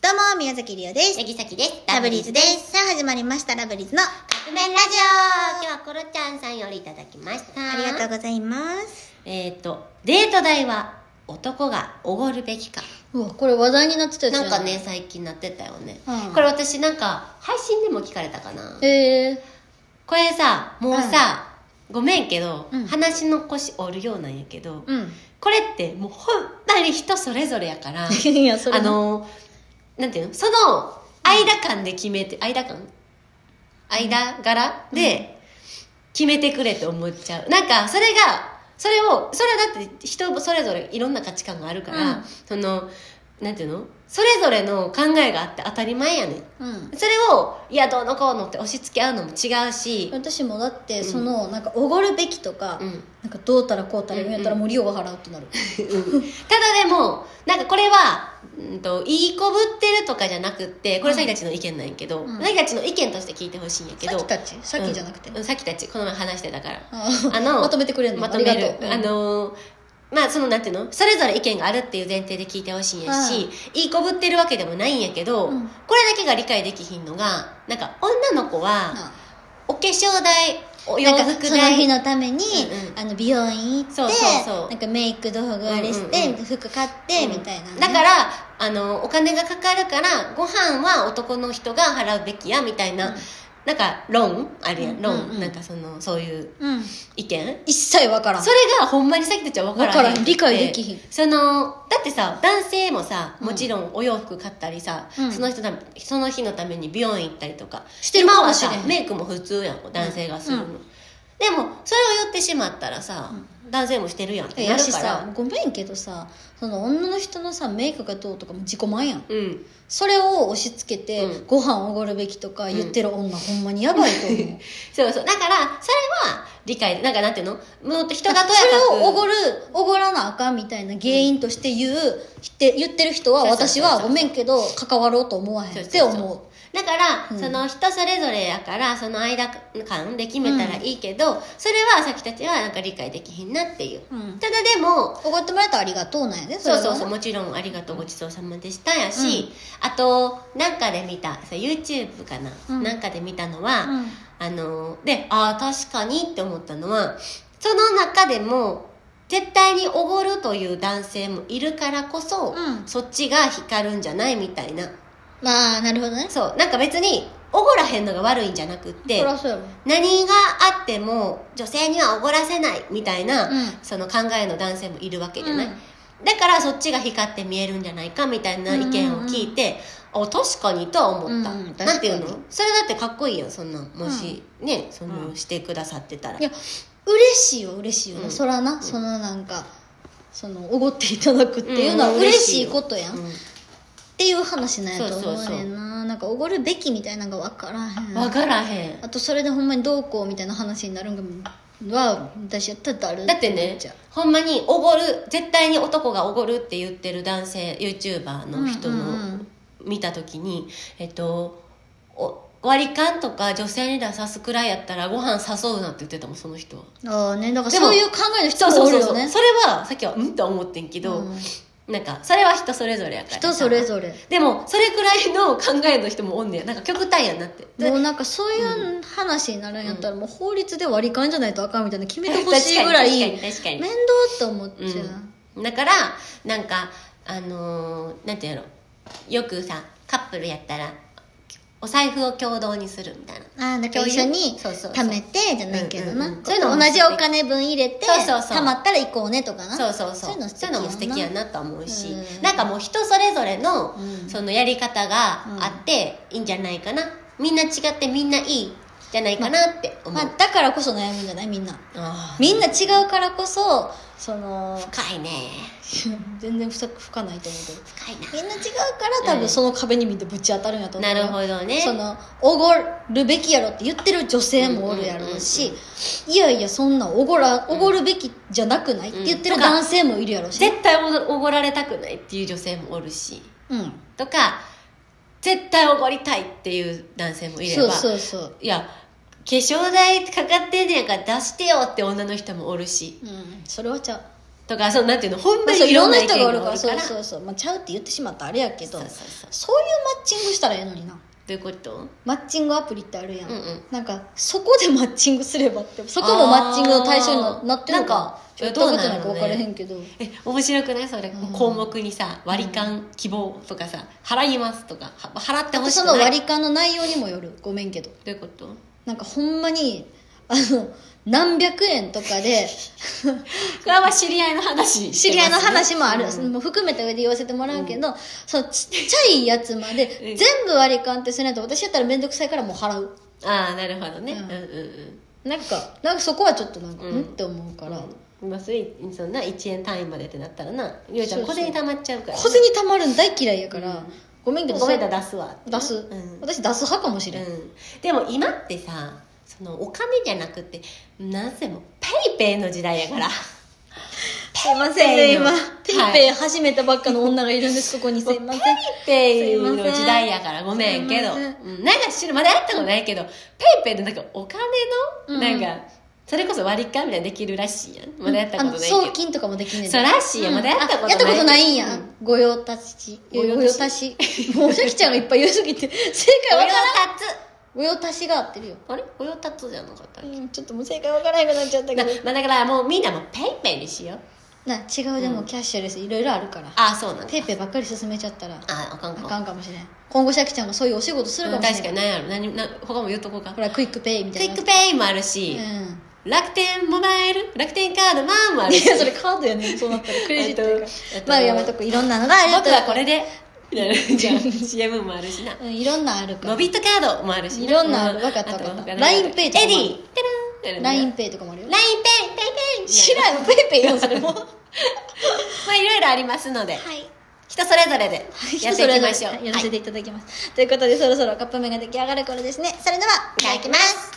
どうも、宮崎りおです。 八木崎です。 ラブリーズです。さあ、始まりました、ラブリーズのカップ麺ラジオ。今日はコロちゃんさんよりいただきました。 ありがとうございます。 デート代は男がおごるべきか。 うわ、これ話題になってたやつなんかね、最近なってたよね。 うん、 これ私なんか、配信でも聞かれたかな。これさ、もうさ、ごめんけど、話の腰折るようなんやけど、これってもうほんまに人それぞれやから、 いや、それなんていうの、その間間で決めて、間柄で決めてくれって思っちゃう。なんかそれはだって人それぞれいろんな価値観があるから、なんていうの、それぞれの考えがあって当たり前やねん。それをいやどうのこうのって押し付け合うのも違うし、 私もだってなんかおごるべきとか、なんかどうたらこうたら言うんやったらもうリオが払うってなる。 ただでもなんかこれは、いいこぶってるとかじゃなくって、これさきたちの意見なんやけど、さきたちの意見として聞いてほしいんやけど、 さきじゃなくて、 さきたちこの前話してたからまとめてくれるの、 まとめる、まあなんていうの、それぞれ意見があるっていう前提で聞いてほしいんやし、いいこぶってるわけでもないんやけど、これだけが理解できひんのが、なんか女の子は、お化粧代、お洋服代、 その日のために、美容院行って、なんかメイク道具あれして、服買って、みたいな、ね。 だから、お金がかかるから、ご飯は男の人が払うべきや、みたいな、なんか論あるやん、論、なんかそういう意見、 一切わからん。 それがほんまにさっきたちはわからへん。 理解できひん。 だってさ、男性もさ、もちろんお洋服買ったりさ、その日のために美容院行ったりとかしてるかもしれん。 今はさ、メイクも普通やん、男性がするの。でもそれを言ってしまったらさ、男性もしてるやんってなるから。 ごめんけどさ、女の人のさ、メイクがどうとかも自己満やん。それを押し付けて、ご飯おごるべきとか言ってる女、ほんまにやばいと思う。 そうそう。だから、それは理解、なんかなんていうの、もっと人がとやかく。 それをおごらなあかんみたいな原因として言ってる人は、私はごめんけど、関わろうと思わへんって思う。 だから、人それぞれやから、その間間で決めたらいいけど、それはさきたちはなんか理解できひんなっていう。ただでも、 おごってもらったらありがとうなんやで、 そう、もちろんありがとう、ごちそうさまでしたやし、あと、なんかで見た、YouTube かな、なんかで見たのは、確かにって思ったのは、その中でも、絶対におごるという男性もいるからこそ、そっちが光るんじゃないみたいな。 まあ、なるほどね。 そう、なんか別におごらへんのが悪いんじゃなくって、何があっても女性にはおごらせないみたいな、その考えの男性もいるわけじゃない、だからそっちが光って見えるんじゃないかみたいな意見を聞いて、確かにとは思った、なんていうの、それだってかっこいいよ、そんな、もしね、してくださってたら。 いや、嬉しいよ、そらな、なんかおごっていただくっていうのは嬉しいことやん、っていう話なんやと思うねんな。なんかおごるべきみたいなのが分からへん。あとそれでほんまにどうこうみたいな話になるんは、私やったらだってね、ほんまに絶対に男がおごるって言ってる男性 YouTuber の人の見た時に、割り勘とか女性に出さすくらいやったらご飯誘うなって言ってたもん、その人は。 だからそういう考えの人もおるよね。 それはさっきはって思ってんけど、なんかそれは人それぞれやから、 人それぞれ。 でもそれくらいの考えの人もおんねや。なんか極端やなって。 もうなんかそういう話になるんやったら、もう法律で割り勘じゃないとあかんみたいな決めてほしいぐらい面倒って思っちゃう、だからなんかなんていうの、よくさカップルやったらお財布を共同にするみたいな。 だから一緒に貯めてじゃないけどな。そういうの同じお金分入れて、貯まったら行こうねとかな。 そういうのも素敵やなと思うし、なんかもう人それぞれのそのやり方があっていいんじゃないかな。みんな違ってみんないいじゃないかなって思う。 だからこそ悩むんじゃない、みんな。みんな違うからこそ、 深いね。 全然深ないと思うけど、 深いな。 みんな違うから多分その壁に見てぶち当たるんやと思う。 なるほどね。 おごるべきやろって言ってる女性もおるやろうし、いやいやそんなおごるべきじゃなくないって言ってる男性もいるやろし、 絶対おごられたくないっていう女性もおるし、とか絶対おごりたいっていう男性もいれば、いや化粧代かかってんねやから出してよって女の人もおるし、 それはちゃう。 とか、なんていうの、ほんまにいろんな人がおるから、 そうちゃうって言ってしまったらあれやけど、そういうマッチングしたらええのにな。 どういうこと？ マッチングアプリってあるやん、なんかそこでマッチングすればって、そこもマッチングの対象になってるのかやったことないか分からへんけど、 面白くない？それ、項目にさ、割り勘希望とかさ、払いますとか、払ってほしくない。 その割り勘の内容にもよる。ごめんけど。 どういうこと？ なんかほんまに何百円とかでこれは知り合いの話、 知り合いの話もある、もう含めた上で言わせてもらうけど、そのちっちゃいやつまで全部割り勘ってせないと、私やったら面倒くさいからもう払う。 ああ、なるほどね。 なんかそこはちょっとなんかって思うから、 そんな1円単位までってなったらな、ゆうちゃん小銭溜まっちゃうから、 小銭溜まるん大嫌いやから、ごめんけど、 ごめんだ、出すわ。 出す、私出す派かもしれん、 でも今ってさ、そのお金じゃなくて、なんせもうペイペイの時代やから。 すいませんね、今ペイペイ始めたばっかの女がいるんです、ここに。すいません。 ペイペイの時代やからごめんけど、なんかまだやったことないけど、ペイペイでなんかお金のなんか、それこそ割り勘みたいなできるらしいやん。まだやったことないけど、 送金とかもできんねん。 そうらしいやん。まだやったことない。 やったことないんや。御用達。もうシャキちゃんがいっぱい言いすぎて正解わからん。御用達が合ってるよ。 あれ御用達じゃなかったっけ？ ちょっともう正解わからなくなっちゃったけど、 だからもうみんなもペイペイにしよう。 違う、でもキャッシュレスいろいろあるから。 あ、そうなんだ。 ペイペイばっかり進めちゃったらあかんかもしれん。今後シャキちゃんがそういうお仕事するかもしれん。 確かに何やろ、他も言っとこうか。 ほらクイックペイみたいな。 クイックペイもあるし、楽天モバイル、楽天カードマンもあるし。 いやそれカードやねん、そうなったらクレジットやからまあやめとく。いろんなのがある。 僕はこれでじゃあ CM もあるしな、 いろんなあるから。 ノビットカードもあるし、 いろんなある。分かった LINEPay とかもある。 エディ LINEPay とかもあるよ。 LINEPay ペイペイ知らん、ペイペイよそれも。 まあいろいろありますので、人それぞれでやっていきましょう。 やらせていただきます、ということで、そろそろカップ麺が出来上がる頃ですね。それではいただきます。